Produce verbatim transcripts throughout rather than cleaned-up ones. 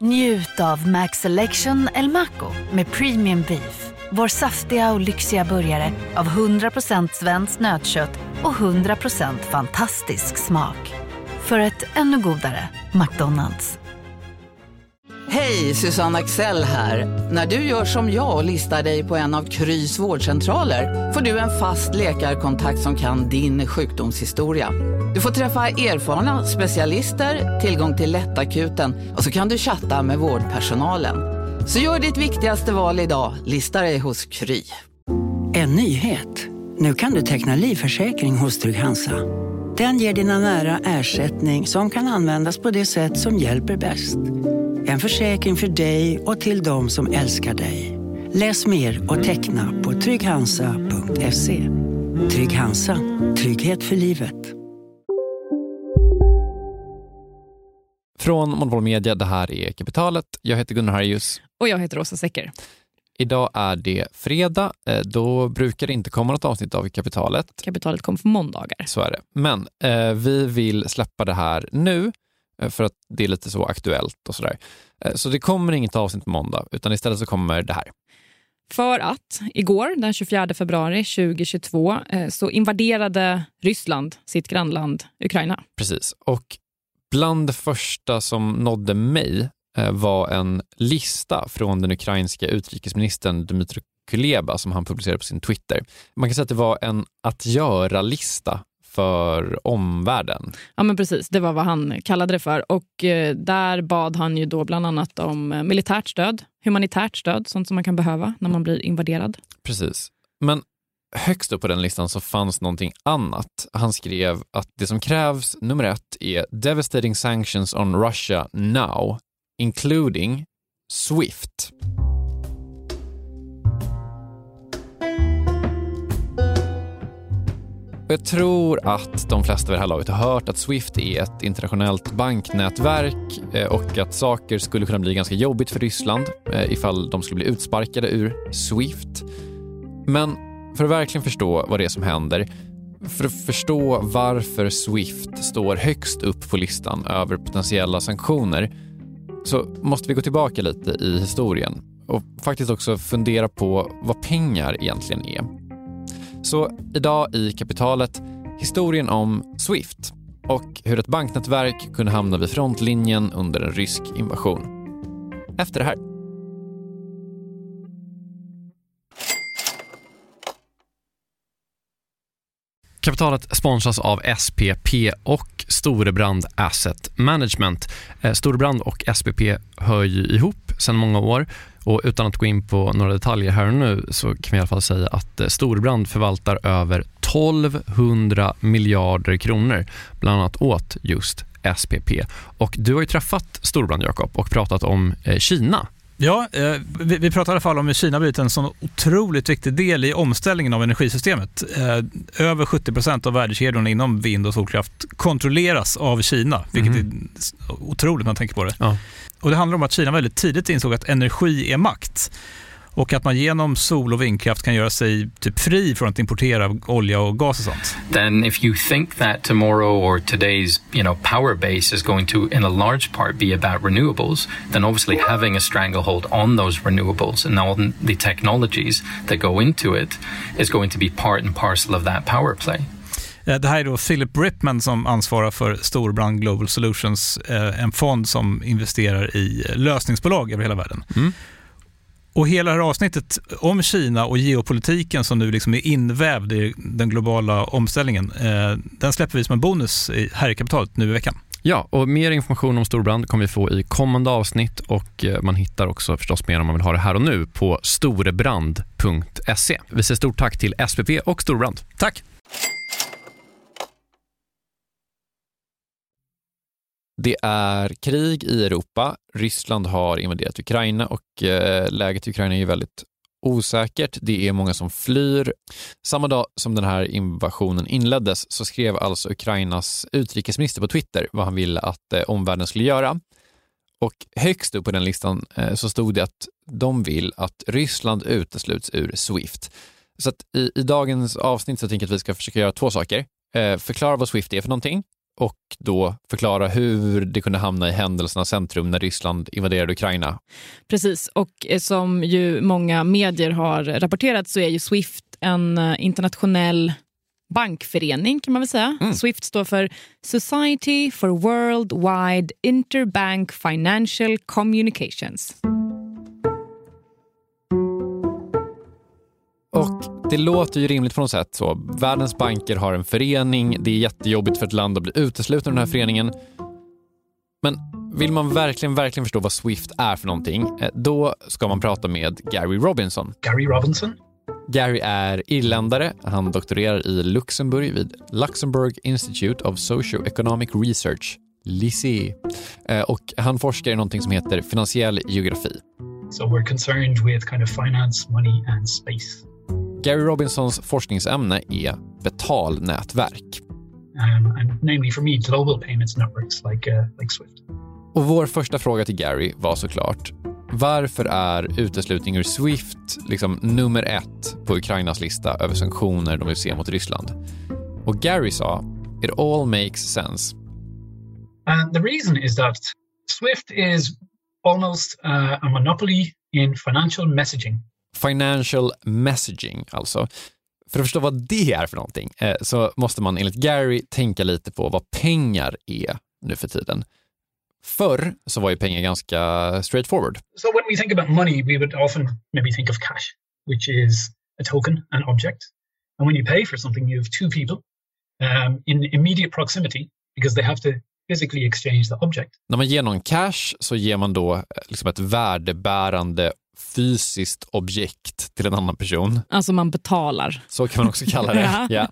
Njut av Max Selection El Maco med Premium Beef. Vår saftiga och lyxiga burgare av hundra procent svenskt nötkött och hundra procent fantastisk smak. För ett ännu godare McDonald's. Hej, Susanne Axel här. När du gör som jag och listar dig på en av Krys vårdcentraler får du en fast läkarkontakt som kan din sjukdomshistoria. Du får träffa erfarna specialister, tillgång till lättakuten och så kan du chatta med vårdpersonalen. Så gör ditt viktigaste val idag, lista dig hos Kry. En nyhet. Nu kan du teckna livförsäkring hos Trygg Hansa. Den ger dina nära ersättning som kan användas på det sätt som hjälper bäst. En försäkring för dig och till de som älskar dig. Läs mer och teckna på trygghansa punkt se. Trygg Hansa. Trygghet för livet. Från Monopol Media, det här är Kapitalet. Jag heter Gunnar Harjus. Och jag heter Åsa Secker. Idag är det fredag. Då brukar det inte komma något avsnitt av Kapitalet. Kapitalet kommer på måndagar. Så är det. Men eh, vi vill släppa det här nu för att det är lite så aktuellt och sådär. Så det kommer inget avsnitt på måndag, utan istället så kommer det här. För att igår, den tjugofjärde februari tjugohundratjugotvå, så invaderade Ryssland sitt grannland Ukraina. Precis. Och bland det första som nådde mig var en lista från den ukrainska utrikesministern Dmytro Kuleba som han publicerade på sin Twitter. Man kan säga att det var en att göra-lista för omvärlden. Ja, men precis, det var vad han kallade det för. Och eh, där bad han ju då bland annat om eh, militärt stöd, humanitärt stöd, sånt som man kan behöva när man blir invaderad. Precis, men högst upp på den listan så fanns någonting annat. Han skrev att det som krävs, nummer ett, är devastating sanctions on Russia now, including SWIFT. Jag tror att de flesta vid det här laget har hört att SWIFT är ett internationellt banknätverk och att saker skulle kunna bli ganska jobbigt för Ryssland ifall de skulle bli utsparkade ur SWIFT. Men för att verkligen förstå vad det är som händer, för att förstå varför SWIFT står högst upp på listan över potentiella sanktioner, så måste vi gå tillbaka lite i historien och faktiskt också fundera på vad pengar egentligen är. Så idag i Kapitalet, historien om SWIFT och hur ett banknätverk kunde hamna vid frontlinjen under en rysk invasion. Efter det här. Kapitalet sponsras av S P P och Storebrand Asset Management. Storebrand och S P P hör ju ihop sedan många år. Och utan att gå in på några detaljer här och nu så kan vi i alla fall säga att Storebrand förvaltar över tolvhundra miljarder kronor bland annat åt just S P P. Och du har ju träffat Storebrand, Jakob, och pratat om eh, Kina. Ja, eh, vi, vi pratar i alla fall om hur Kina blivit en sån otroligt viktig del i omställningen av energisystemet. Eh, över sjuttio procent av värdekedjorna inom vind- och solkraft kontrolleras av Kina, vilket mm. är otroligt när man tänker på det. Ja. Och det handlar om att Kina väldigt tidigt insåg att energi är makt och att man genom sol- och vindkraft kan göra sig typ fri från att importera olja och gas och sånt. Then if you think that tomorrow or today's, you know, power base is going to in a large part be about renewables, then obviously having a stranglehold on those renewables and all the technologies that go into it is going to be part and parcel of that power play. Det här är då Philip Ripman som ansvarar för Storebrand Global Solutions, en fond som investerar i lösningsbolag över hela världen. Mm. Och hela det här avsnittet om Kina och geopolitiken som nu liksom är invävd i den globala omställningen, den släpper vi som en bonus här i Kapitalet nu i veckan. Ja, och mer information om Storebrand kommer vi få i kommande avsnitt och man hittar också förstås mer om man vill ha det här och nu på storebrand punkt se. Vi säger stort tack till S P P och Storebrand. Tack! Det är krig i Europa. Ryssland har invaderat Ukraina och eh, läget i Ukraina är ju väldigt osäkert. Det är många som flyr. Samma dag som den här invasionen inleddes så skrev alltså Ukrainas utrikesminister på Twitter vad han ville att eh, omvärlden skulle göra. Och högst upp på den listan eh, så stod det att de vill att Ryssland utesluts ur SWIFT. Så att i, i dagens avsnitt så tänker jag att vi ska försöka göra två saker. Eh, förklara vad SWIFT är för någonting och då förklara hur det kunde hamna i händelsernas centrum när Ryssland invaderade Ukraina. Precis, och som ju många medier har rapporterat så är ju SWIFT en internationell bankförening kan man väl säga. Mm. SWIFT står för Society for Worldwide Interbank Financial Communications. Och det låter ju rimligt på något sätt. Så världens banker har en förening. Det är jättejobbigt för ett land att bli utesluten ur den här föreningen. Men vill man verkligen, verkligen förstå vad SWIFT är för någonting, då ska man prata med Gary Robinson. Gary Robinson? Gary är irländare. Han doktorerar i Luxemburg vid Luxembourg Institute of Socio-Economic Research, L I C E. Och han forskar i någonting som heter finansiell geografi. So we're concerned with kind of finance, money and space. Gary Robinsons forskningsämne är betalnätverk. Um, and namely for me, global payments networks like, uh, like SWIFT. Och vår första fråga till Gary var såklart: varför är uteslutning ur SWIFT liksom nummer ett på Ukrainas lista över sanktioner de vill se mot Ryssland? Och Gary sa, it all makes sense. And the reason is that SWIFT is almost uh, a monopoly in financial messaging. Financial messaging alltså. För att förstå vad det är för någonting eh, så måste man enligt Gary tänka lite på vad pengar är nu för tiden. Förr så var ju pengar ganska straightforward. So when we think about money, we would often maybe think of cash, which is a token, an object. And when you pay for something, you have two people um, in immediate proximity because they have to physically exchange the object. När man ger någon cash så ger man då liksom ett värdebärande fysiskt objekt till en annan person. Alltså man betalar. Så kan man också kalla det. Ja.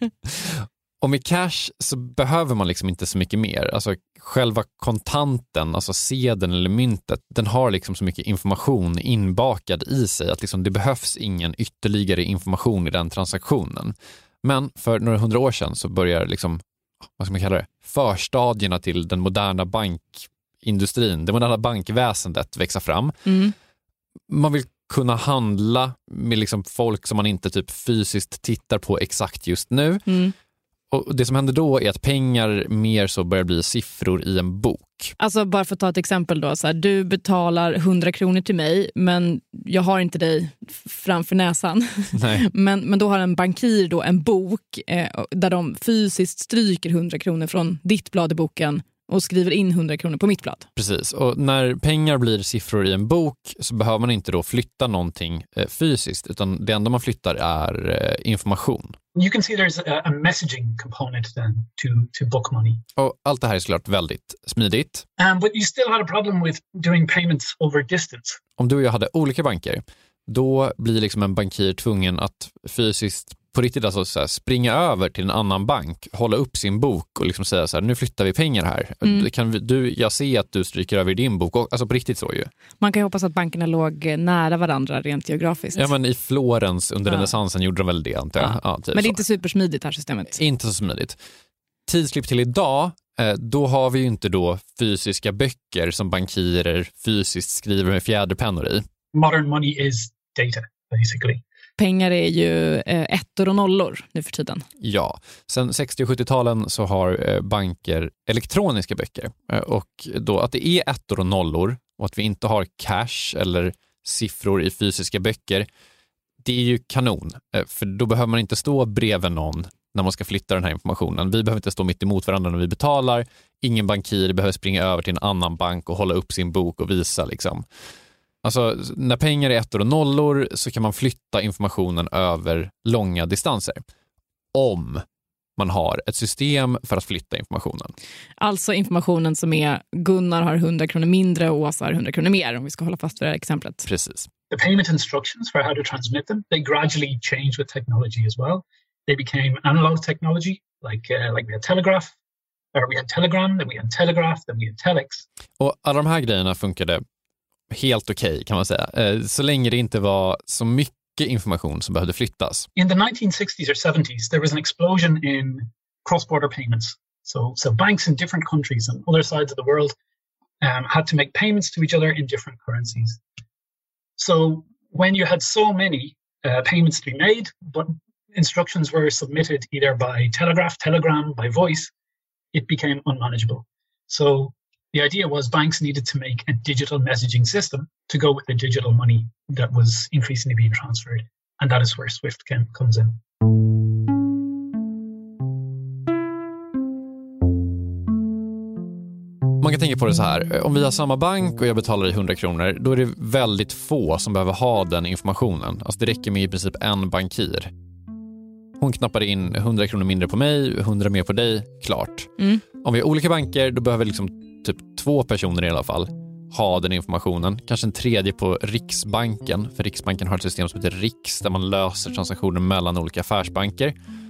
Och med cash så behöver man liksom inte så mycket mer. Alltså själva kontanten, alltså sedeln eller myntet, den har liksom så mycket information inbakad i sig att liksom det behövs ingen ytterligare information i den transaktionen. Men för några hundra år sedan så börjar liksom, vad ska man kalla det, förstadierna till den moderna bankindustrin, det moderna bankväsendet växa fram. Mm. Man vill kunna handla med liksom folk som man inte typ fysiskt tittar på exakt just nu. Mm. Och det som händer då är att pengar mer så börjar bli siffror i en bok. Alltså bara för att ta ett exempel då. Så här, du betalar hundra kronor till mig men jag har inte dig framför näsan. Nej. men, men då har en bankir då en bok eh, där de fysiskt stryker hundra kronor från ditt blad i boken och skriver in hundra kronor på mitt blad. Precis, och när pengar blir siffror i en bok så behöver man inte då flytta någonting eh, fysiskt utan det enda man flyttar är eh, information. You can see there's a, a messaging component then to, to book money. Och allt det här är såklart väldigt smidigt. Um, but you still had a problem with doing payments over distance. Om du och jag hade olika banker, då blir liksom en bankir tvungen att fysiskt på riktigt alltså så här, springa över till en annan bank, hålla upp sin bok och liksom säga så här, nu flyttar vi pengar här. Mm. Kan vi, du, jag ser att du stryker över din bok. Och, alltså på riktigt så ju. Man kan ju hoppas att bankerna låg nära varandra rent geografiskt. Ja, men i Florens under ja. renässansen gjorde de väl det, antar jag. Ja. Ja, typ men det är så. inte supersmidigt här systemet. Inte så smidigt. Tidsklipp till idag, då har vi ju inte då fysiska böcker som bankirer fysiskt skriver med fjäderpennor i. Modern money is data, basically. Pengar är ju eh, ettor och nollor nu för tiden. Ja, sen sextio- och sjuttio-talen så har eh, banker elektroniska böcker. Eh, och då att det är ettor och nollor och att vi inte har cash eller siffror i fysiska böcker, det är ju kanon. Eh, för då behöver man inte stå bredvid någon när man ska flytta den här informationen. Vi behöver inte stå mitt emot varandra när vi betalar. Ingen bankir behöver springa över till en annan bank och hålla upp sin bok och visa liksom. Alltså, när pengar är ettor och nollor så kan man flytta informationen över långa distanser. Om man har ett system för att flytta informationen. Alltså informationen som är Gunnar har hundra kronor mindre och Åsa har hundra kronor mer, om vi ska hålla fast vid det här exemplet. Precis. The payment instructions for how to transmit them, they gradually changed with technology as well. They became analog technology, like, uh, like we had telegraph, or we had telegram, then we had telegraph, then we had telex. Och alla de här grejerna funkade helt okej okay, kan man säga. Så länge det inte var så mycket information som behövde flyttas. In the nineteen sixties or seventies there was an explosion in cross-border payments. So, so banks in different countries and other sides of the world um, had to make payments to each other in different currencies. So when you had so many uh, payments to be made, but instructions were submitted either by telegraph, telegram, by voice, it became unmanageable. So the idea was banks needed to make a digital messaging system to go with the digital money that was increasingly being transferred. And that is where SWIFT can, comes in. Man kan tänka på det så här. Om vi har samma bank och jag betalar i hundra kronor, då är det väldigt få som behöver ha den informationen. Alltså det räcker med i princip en bankir. Hon knappar in hundra kronor mindre på mig, hundra mer på dig, klart. Mm. Om vi har olika banker, då behöver liksom typ två personer i alla fall ha den informationen. Kanske en tredje på Riksbanken, för Riksbanken har ett system som heter Riks där man löser transaktioner mellan olika affärsbanker.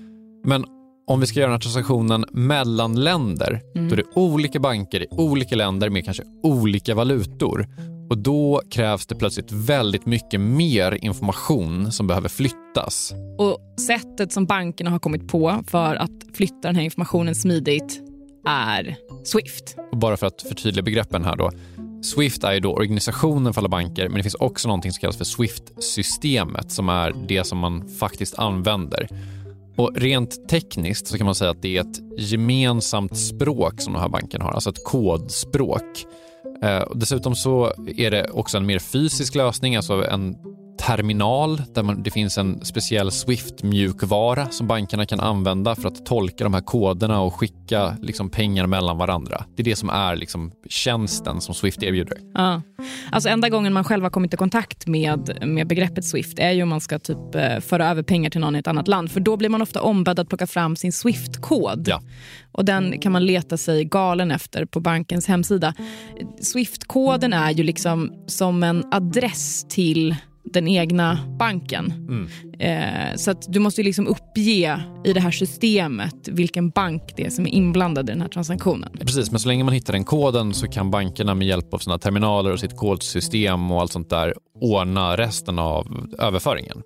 Men om vi ska göra den här transaktionen mellan länder, mm. då är det olika banker i olika länder med kanske olika valutor. Och då krävs det plötsligt väldigt mycket mer information som behöver flyttas. Och sättet som bankerna har kommit på för att flytta den här informationen smidigt är SWIFT. Och bara för att förtydliga begreppen här då. SWIFT är ju då organisationen för alla banker, men det finns också någonting som kallas för SWIFT-systemet som är det som man faktiskt använder. Och rent tekniskt så kan man säga att det är ett gemensamt språk som de här bankerna har, alltså ett kodspråk. Eh, och dessutom så är det också en mer fysisk lösning, alltså en terminal där man, det finns en speciell SWIFT-mjukvara som bankerna kan använda för att tolka de här koderna och skicka liksom pengar mellan varandra. Det är det som är liksom tjänsten som SWIFT erbjuder. Ja. Alltså enda gången man själv har kommit i kontakt med, med begreppet SWIFT är ju om man ska typ föra över pengar till någon i ett annat land. För då blir man ofta ombedd att plocka fram sin SWIFT-kod. Ja. Och den kan man leta sig galen efter på bankens hemsida. SWIFT-koden är ju liksom som en adress till den egna banken. Mm. Eh, så att du måste ju liksom uppge i det här systemet vilken bank det är som är inblandad i den här transaktionen. Precis, men så länge man hittar den koden så kan bankerna med hjälp av sina terminaler och sitt kodsystem och allt sånt där ordna resten av överföringen.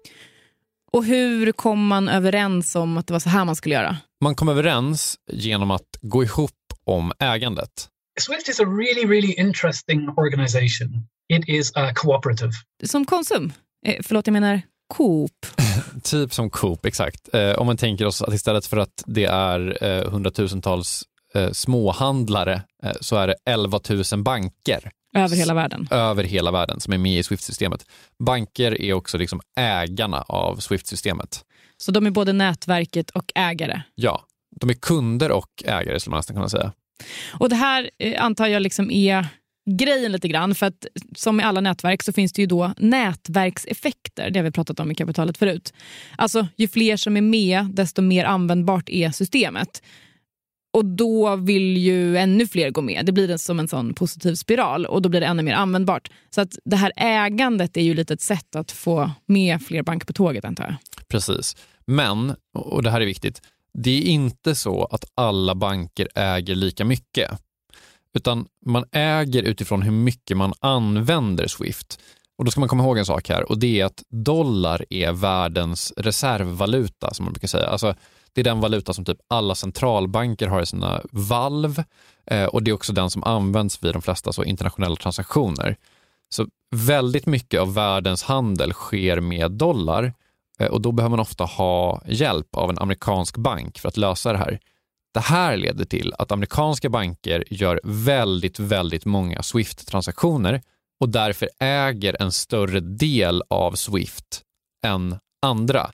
Och hur kom man överens om att det var så här man skulle göra? Man kom överens genom att gå ihop om ägandet. SWIFT is a really, really interesting organization. It is a cooperative. Som Konsum? Eh, förlåt, jag menar Coop. Typ som Coop, exakt. Eh, om man tänker oss att istället för att det är eh, hundratusentals eh, småhandlare eh, så är det elva tusen banker. Över hela världen. Över hela världen som är med i SWIFT-systemet. Banker är också liksom ägarna av SWIFT-systemet. Så de är både nätverket och ägare? Ja, de är kunder och ägare skulle man nästan kunna säga. Och det här eh, antar jag liksom är grejen lite grann, för att som i alla nätverk så finns det ju då nätverkseffekter, det har vi pratat om i kapitalet förut. Alltså ju fler som är med desto mer användbart är systemet. Och då vill ju ännu fler gå med. Det blir som en sån positiv spiral och då blir det ännu mer användbart. Så att det här ägandet är ju lite ett sätt att få med fler banker på tåget, antar jag. Precis. Men, och det här är viktigt, det är inte så att alla banker äger lika mycket. Utan man äger utifrån hur mycket man använder SWIFT. Och då ska man komma ihåg en sak här, och det är att dollar är världens reservvaluta som man brukar säga. Alltså det är den valuta som typ alla centralbanker har i sina valv eh, och det är också den som används vid de flesta så internationella transaktioner. Så väldigt mycket av världens handel sker med dollar eh, och då behöver man ofta ha hjälp av en amerikansk bank för att lösa det här. Det här leder till att amerikanska banker gör väldigt, väldigt många SWIFT-transaktioner och därför äger en större del av SWIFT än andra.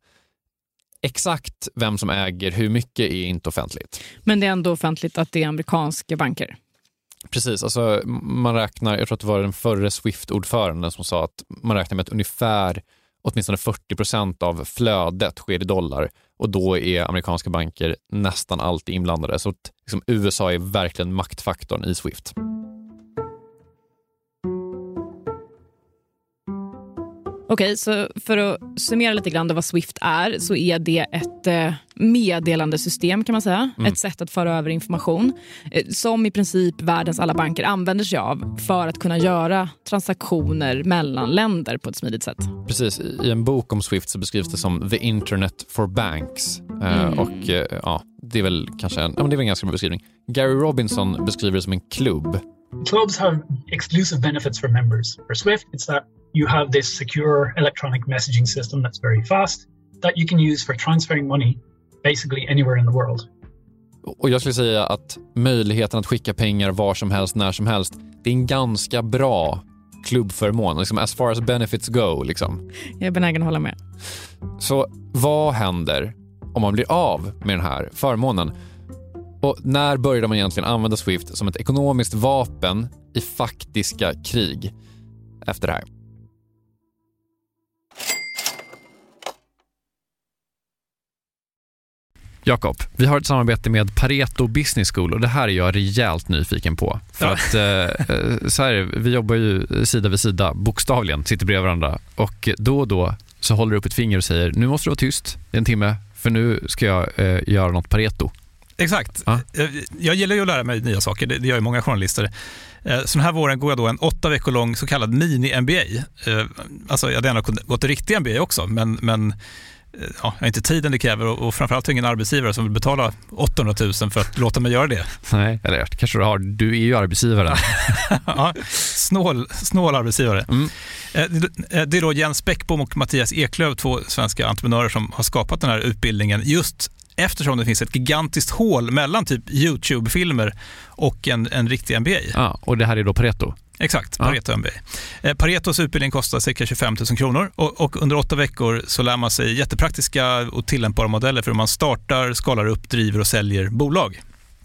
Exakt vem som äger hur mycket är inte offentligt. Men det är ändå offentligt att det är amerikanska banker. Precis, alltså man räknar, jag tror att det var den förre SWIFT-ordföranden som sa att man räknar med att ungefär åtminstone fyrtio procent av flödet sker i dollar och då är amerikanska banker nästan alltid inblandade. Så att, liksom, U S A är verkligen maktfaktorn i SWIFT. Okej, okay, så för att summera lite grann vad SWIFT är så är det ett meddelandesystem kan man säga. Mm. Ett sätt att föra över information som i princip världens alla banker använder sig av för att kunna göra transaktioner mellan länder på ett smidigt sätt. Precis, i en bok om SWIFT så beskrivs det som the internet for banks. Mm. Och ja, det är väl kanske en, ja, men det är väl en ganska bra beskrivning. Gary Robinson beskriver det som en klubb. Clubs have exclusive benefits for members. For SWIFT, it's that you have this secure electronic messaging system that's very fast that you can use for transferring money basically anywhere in the world. Och jag skulle säga att möjligheten att skicka pengar var som helst, när som helst, det är en ganska bra klubbförmån. Liksom as far as benefits go. Liksom. Jag är benägen att hålla med. Så vad händer om man blir av med den här förmånen? Och när började man egentligen använda Swift som ett ekonomiskt vapen i faktiska krig efter det här? Jakob, vi har ett samarbete med Pareto Business School och det här är jag rejält nyfiken på. För ja. att eh, så här, vi jobbar ju sida vid sida, bokstavligen, sitter bredvid varandra. Och då och då så håller du upp ett finger och säger, nu måste du vara tyst en timme för nu ska jag eh, göra något Pareto. Exakt. Ja. Jag gillar ju att lära mig nya saker, det gör ju många journalister. Så den här våren går jag då en åtta veckor lång så kallad mini-M B A. Alltså jag hade gärna gått en riktig M B A också, men, men ja, jag har inte tiden det kräver och, och framförallt ingen arbetsgivare som vill betala åttahundratusen för att låta mig göra det. Nej, eller kanske du har, du är ju arbetsgivare. Ja, snål, snål arbetsgivare. Mm. Det är då Jens Bäckbom och Mattias Eklöf, två svenska entreprenörer som har skapat den här utbildningen just eftersom det finns ett gigantiskt hål mellan typ YouTube-filmer och en, en riktig M B A. Ja, och det här är då Pareto? Exakt, Pareto ja. M B A. Eh, Paretos utbildning kostar cirka tjugofem tusen kronor och, och under åtta veckor så lär man sig jättepraktiska och tillämpbara modeller för hur man startar, skalar upp, driver och säljer bolag.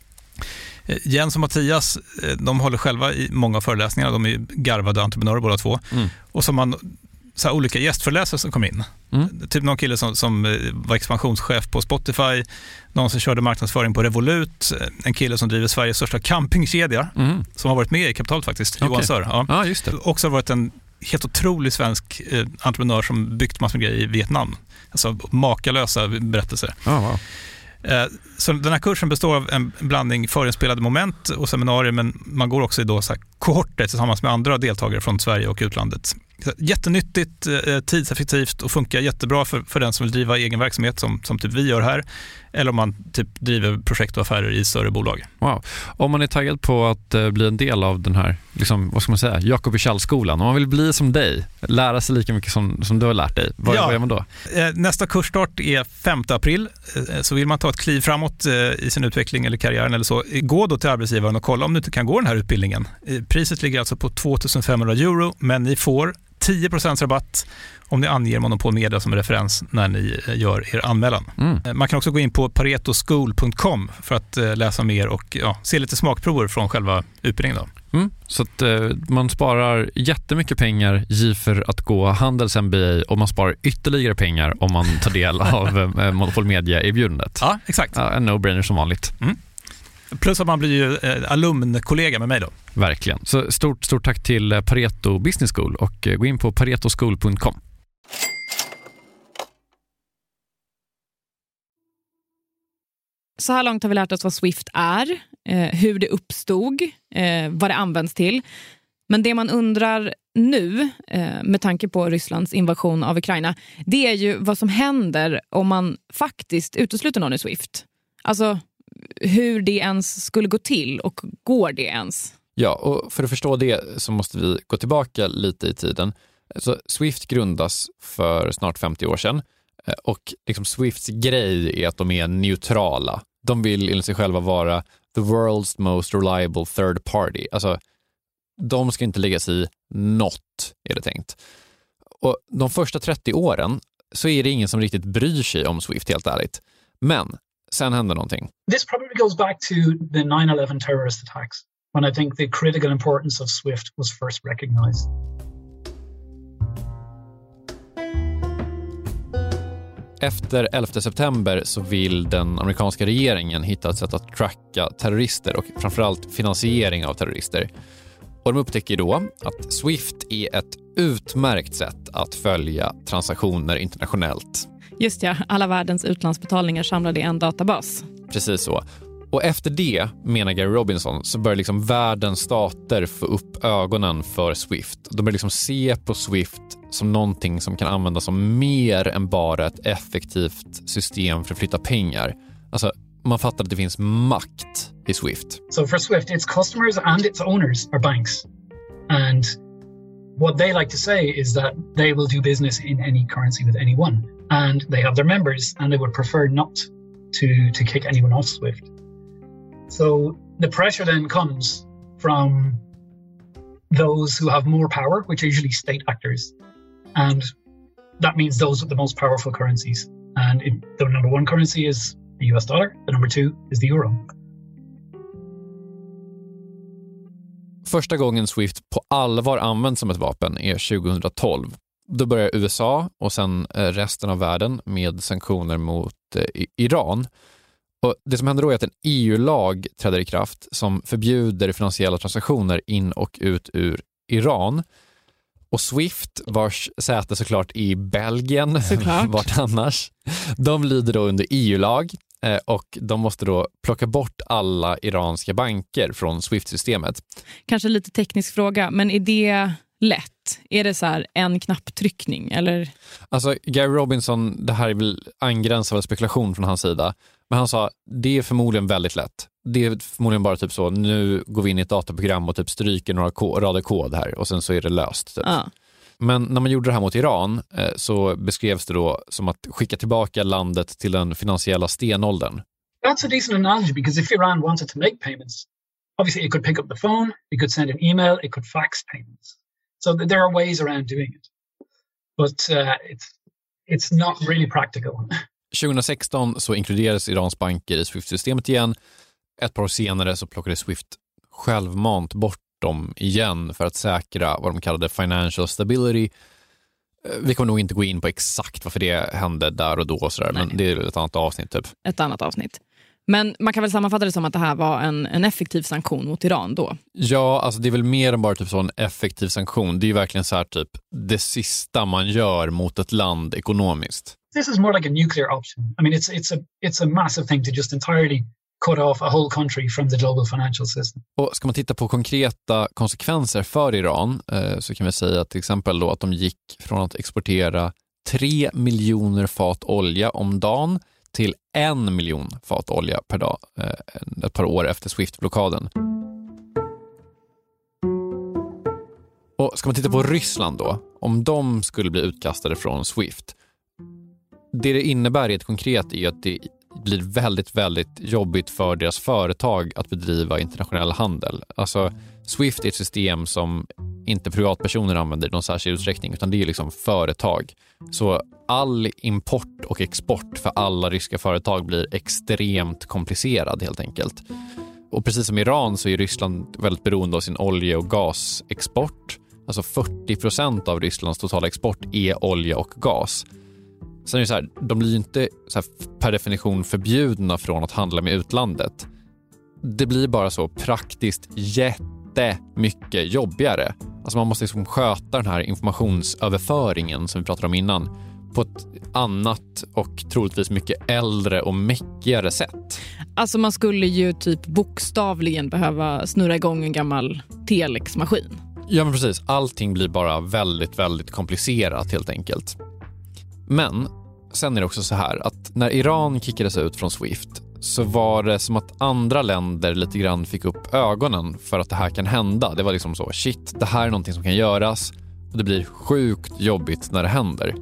Eh, Jens och Mattias, eh, de håller själva i många föreläsningar, de är garvade entreprenörer båda två. Mm. Och som man så här, olika gästföreläsare som kom in. Mm. Typ någon kille som, som var expansionschef på Spotify, någon som körde marknadsföring på Revolut, en kille som driver Sveriges största campingkedja mm. som har varit med i Kapitalet faktiskt, okay. Johan Sör. Ja. Ah, just det. Också har varit en helt otrolig svensk eh, entreprenör som byggt massor med grejer i Vietnam. Alltså makalösa berättelser. Oh, wow. eh, så den här kursen består av en blandning förinspelade moment och seminarier, men man går också i då så här kohorter tillsammans med andra deltagare från Sverige och utlandet. Jättenyttigt, tidseffektivt och funkar jättebra för, för den som vill driva egen verksamhet som, som typ vi gör här, eller om man typ driver projekt och affärer i större bolag. Wow. Om man är taggad på att uh, bli en del av den här, liksom, vad ska man säga, Jakob i Kjellskolan, om man vill bli som dig, lära sig lika mycket som, som du har lärt dig, vad, ja. vad gör man då? Nästa kursstart är femte april, så vill man ta ett kliv framåt i sin utveckling eller karriären eller så, gå då till arbetsgivaren och kolla om du inte kan gå den här utbildningen. Priset ligger alltså på tvåtusenfemhundra euro, men ni får tio procent rabatt om ni anger Monopol Media som referens när ni gör er anmälan. Mm. Man kan också gå in på pareto school punkt com för att läsa mer och ja, se lite smakprover från själva utbildningen. Då. Mm. Så att eh, man sparar jättemycket pengar i för att gå Handels M B A och man sparar ytterligare pengar om man tar del av eh, Monopol Media-erbjudandet. Ja, exakt. Ja, en no-brainer som vanligt. Mm. Plus att man blir ju eh, alumnkollega med mig då. Verkligen. Så stort, stort tack till Pareto Business School och gå in på pareto school punkt com. Så här långt har vi lärt oss vad Swift är, eh, hur det uppstod, eh, vad det används till. Men det man undrar nu, eh, med tanke på Rysslands invasion av Ukraina, det är ju vad som händer om man faktiskt utesluter någon i Swift. Alltså hur det ens skulle gå till och går det ens? Ja, och för att förstå det så måste vi gå tillbaka lite i tiden. Så Swift grundas för snart femtio år sedan och liksom Swifts grej är att de är neutrala. De vill enligt sig själva vara the world's most reliable third party. Alltså, de ska inte lägga sig i något, är det tänkt. Och de första trettio åren så är det ingen som riktigt bryr sig om Swift, helt ärligt. Men sen händer någonting. This probably goes back to the nine eleven terrorist attacks, when I think the critical importance of Swift was first recognized. Efter elfte september så vill den amerikanska regeringen hitta ett sätt att tracka terrorister och framförallt finansiering av terrorister. Och de upptäcker då att Swift är ett utmärkt sätt att följa transaktioner internationellt. Just ja, alla världens utlandsbetalningar samlade i en databas. Precis så. Och efter det, menar Gary Robinson, så börjar liksom världens stater få upp ögonen för Swift. De börjar liksom se på Swift som någonting som kan användas som mer än bara ett effektivt system för att flytta pengar. Alltså, man fattar att det finns makt i Swift. So for Swift, its customers and its owners are banks. And what they like to say is that they will do business in any currency with anyone. And they have their members and they would prefer not to, to kick anyone off Swift. So the pressure then comes from those who have more power, which are usually state actors. And that means those with the most powerful currencies. And it, the number one currency is the U S dollar. The number two is the euro. Första gången Swift på allvar används som ett vapen är tjugohundratolv. Då börjar U S A och sen resten av världen med sanktioner mot Iran. Och det som händer då är att en E U-lag träder i kraft som förbjuder finansiella transaktioner in och ut ur Iran. Och Swift, vars säte såklart i Belgien, såklart. Vart annars, de lyder då under E U-lag och de måste då plocka bort alla iranska banker från Swift-systemet. Kanske lite teknisk fråga, men är det lätt? Är det så här en knapptryckning? Eller? Alltså Gary Robinson, det här är väl angränsad av spekulation från hans sida. Men han sa, det är förmodligen väldigt lätt. Det är förmodligen bara typ så, nu går vi in i ett dataprogram och typ stryker några ko- rader kod här och sen så är det löst. Typ. Ja. Men när man gjorde det här mot Iran eh, så beskrevs det då som att skicka tillbaka landet till den finansiella stenåldern. That's a decent analogy because if Iran wanted to make payments, obviously it could pick up the phone, it could send an email, it could fax payments. So th- there are ways around doing it. But uh, it's, it's not really practical. tjugohundrasexton så inkluderades Irans banker i Swift-systemet igen. Ett par år senare så plockade Swift självmant bort dem igen för att säkra vad de kallade financial stability. Vi kommer nog inte gå in på exakt varför det hände där och då och sådär, men det är ett annat avsnitt typ. Ett annat avsnitt. Men man kan väl sammanfatta det som att det här var en, en effektiv sanktion mot Iran då? Ja, alltså det är väl mer än bara typ så en effektiv sanktion. Det är ju verkligen så här typ det sista man gör mot ett land ekonomiskt. This is more like a nuclear option. I mean, it's it's a it's a massive thing to just entirely cut off a whole country from the global financial system. Och ska man titta på konkreta konsekvenser för Iran eh, så kan vi säga till exempel då att de gick från att exportera tre miljoner fat olja om dagen till en miljon fat olja per dag eh, ett par år efter Swift-blockaden. Och ska man titta på Ryssland då, om de skulle bli utkastade från Swift, det det innebär i ett konkret är att det blir väldigt, väldigt jobbigt för deras företag att bedriva internationell handel. Alltså Swift är ett system som inte privatpersoner använder i någon särskild utsträckning, utan det är liksom företag. Så all import och export för alla ryska företag blir extremt komplicerad helt enkelt. Och precis som Iran så är Ryssland väldigt beroende av sin olje- och gasexport. Alltså fyrtio procent av Rysslands totala export är olja och gas. Sen är det så här, de blir ju inte så här per definition förbjudna från att handla med utlandet. Det blir bara så praktiskt jättemycket jobbigare. Alltså man måste liksom sköta den här informationsöverföringen som vi pratade om innan på ett annat och troligtvis mycket äldre och mäckigare sätt. Alltså man skulle ju typ bokstavligen behöva snurra igång en gammal telexmaskin. Ja men precis, allting blir bara väldigt, väldigt komplicerat helt enkelt. Men sen är det också så här att när Iran kickades ut från Swift så var det som att andra länder lite grann fick upp ögonen för att det här kan hända. Det var liksom så, shit, det här är någonting som kan göras och det blir sjukt jobbigt när det händer.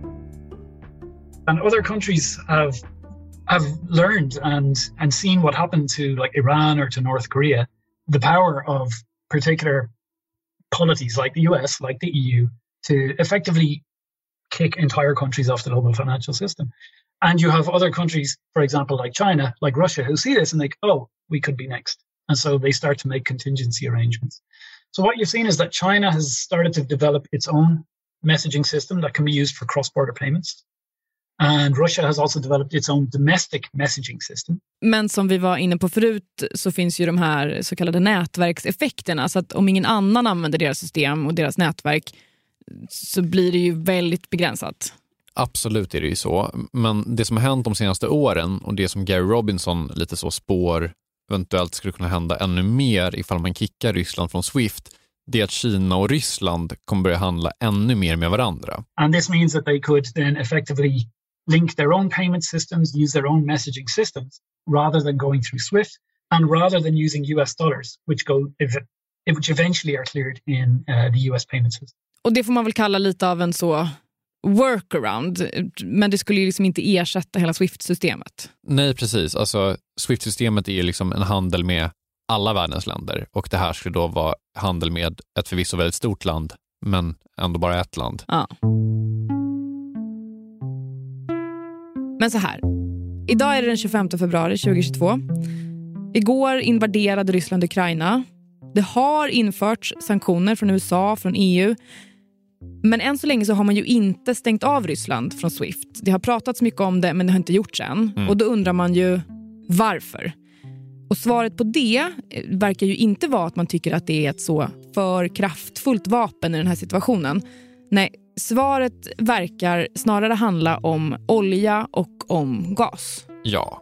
And other countries have have learned and and seen what happened to like Iran or to North Korea, the power of particular polities like the U S, like the E U, to effectively kick entire countries off the global financial system. And you have other countries, for example, like China, like Russia, who see this and think, oh, we could be next. And so they start to make contingency arrangements. So what you've seen is that China has started to develop its own messaging system that can be used for cross-border payments. And Russia has also developed its own domestic messaging system. Men som vi var inne på förut så finns ju de här så kallade nätverkseffekterna. Så att om ingen annan använder deras system och deras nätverk så blir det ju väldigt begränsat. Absolut är det ju så. Men det som har hänt de senaste åren och det som Gary Robinson lite så spår eventuellt skulle kunna hända ännu mer ifall man kickar Ryssland från Swift, det är att Kina och Ryssland kommer börja handla ännu mer med varandra. And this means that they could then effectively link their own payment systems, use their own messaging systems, rather than going through Swift, and rather than using U S dollars, which go which eventually are cleared in uh, the U S payment system. Och det får man väl kalla lite av en så workaround, men det skulle ju liksom inte ersätta hela Swift-systemet. Nej, precis. Alltså, Swift-systemet är ju liksom en handel med alla världens länder, och det här skulle då vara handel med ett förvisso väldigt stort land, men ändå bara ett land. Ja. Men så här. Idag är det den tjugofemte februari tjugohundratjugotvå. Igår invaderade Ryssland Ukraina. Det har införts sanktioner från U S A, från E U. Men än så länge så har man ju inte stängt av Ryssland från Swift. Det har pratats mycket om det, men det har inte gjorts än. Mm. Och då undrar man ju varför. Och svaret på det verkar ju inte vara att man tycker att det är ett så för kraftfullt vapen i den här situationen. Nej, svaret verkar snarare handla om olja och om gas. Ja,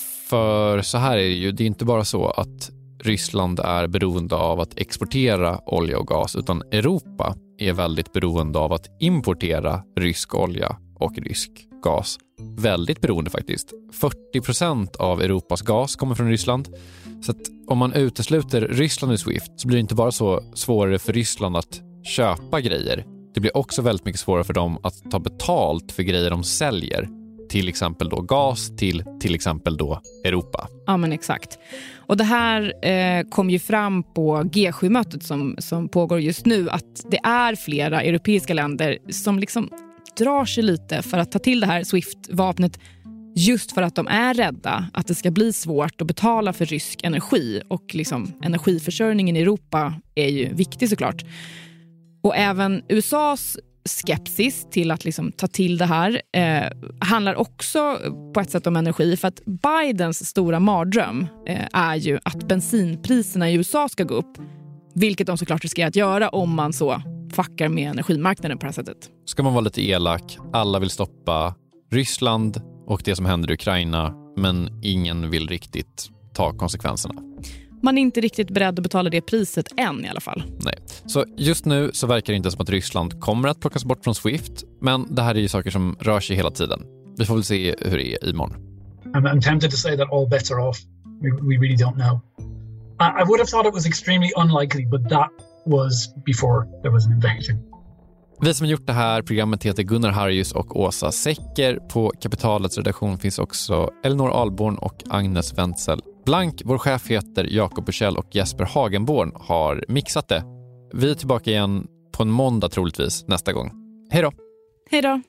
för så här är det ju. Det är inte bara så att Ryssland är beroende av att exportera olja och gas, utan Europa är väldigt beroende av att importera rysk olja och rysk gas. Väldigt beroende faktiskt. fyrtio procent av Europas gas kommer från Ryssland. Så att om man utesluter Ryssland ur Swift så blir det inte bara så svårare för Ryssland att köpa grejer. Det blir också väldigt mycket svårare för dem att ta betalt för grejer de säljer. Till exempel då gas till till exempel då Europa. Ja, men exakt. Och det här eh, kom ju fram på G sju-mötet som, som pågår just nu, att det är flera europeiska länder som liksom drar sig lite för att ta till det här Swift-vapnet, just för att de är rädda att det ska bli svårt att betala för rysk energi. Och liksom energiförsörjningen i Europa är ju viktig såklart. Och även U S A:s skepsis till att liksom ta till det här eh, handlar också på ett sätt om energi, för att Bidens stora mardröm eh, är ju att bensinpriserna i U S A ska gå upp, vilket de såklart riskerar att göra om man så fuckar med energimarknaden på det här sättet. Ska man vara lite elak, alla vill stoppa Ryssland och det som händer i Ukraina, men ingen vill riktigt ta konsekvenserna. Man är inte riktigt beredd att betala det priset än i alla fall. Nej. Så just nu så verkar det inte som att Ryssland kommer att plockas bort från Swift, men det här är ju saker som rör sig hela tiden. Vi får väl se hur det är imorgon. I'm, I'm tempted to say that all bets are off. We, we really don't know. I, I would have thought it was extremely unlikely, but that was before there was an invasion. Vi som har gjort det här programmet heter Gunnar Harjus och Åsa Secker. På Kapitalets redaktion finns också Elinor Alborn och Agnes Wenzel Blank. Vår chef heter Jakob Bursell och Jesper Hagenborn har mixat det. Vi är tillbaka igen på en måndag troligtvis nästa gång. Hej då! Hej då!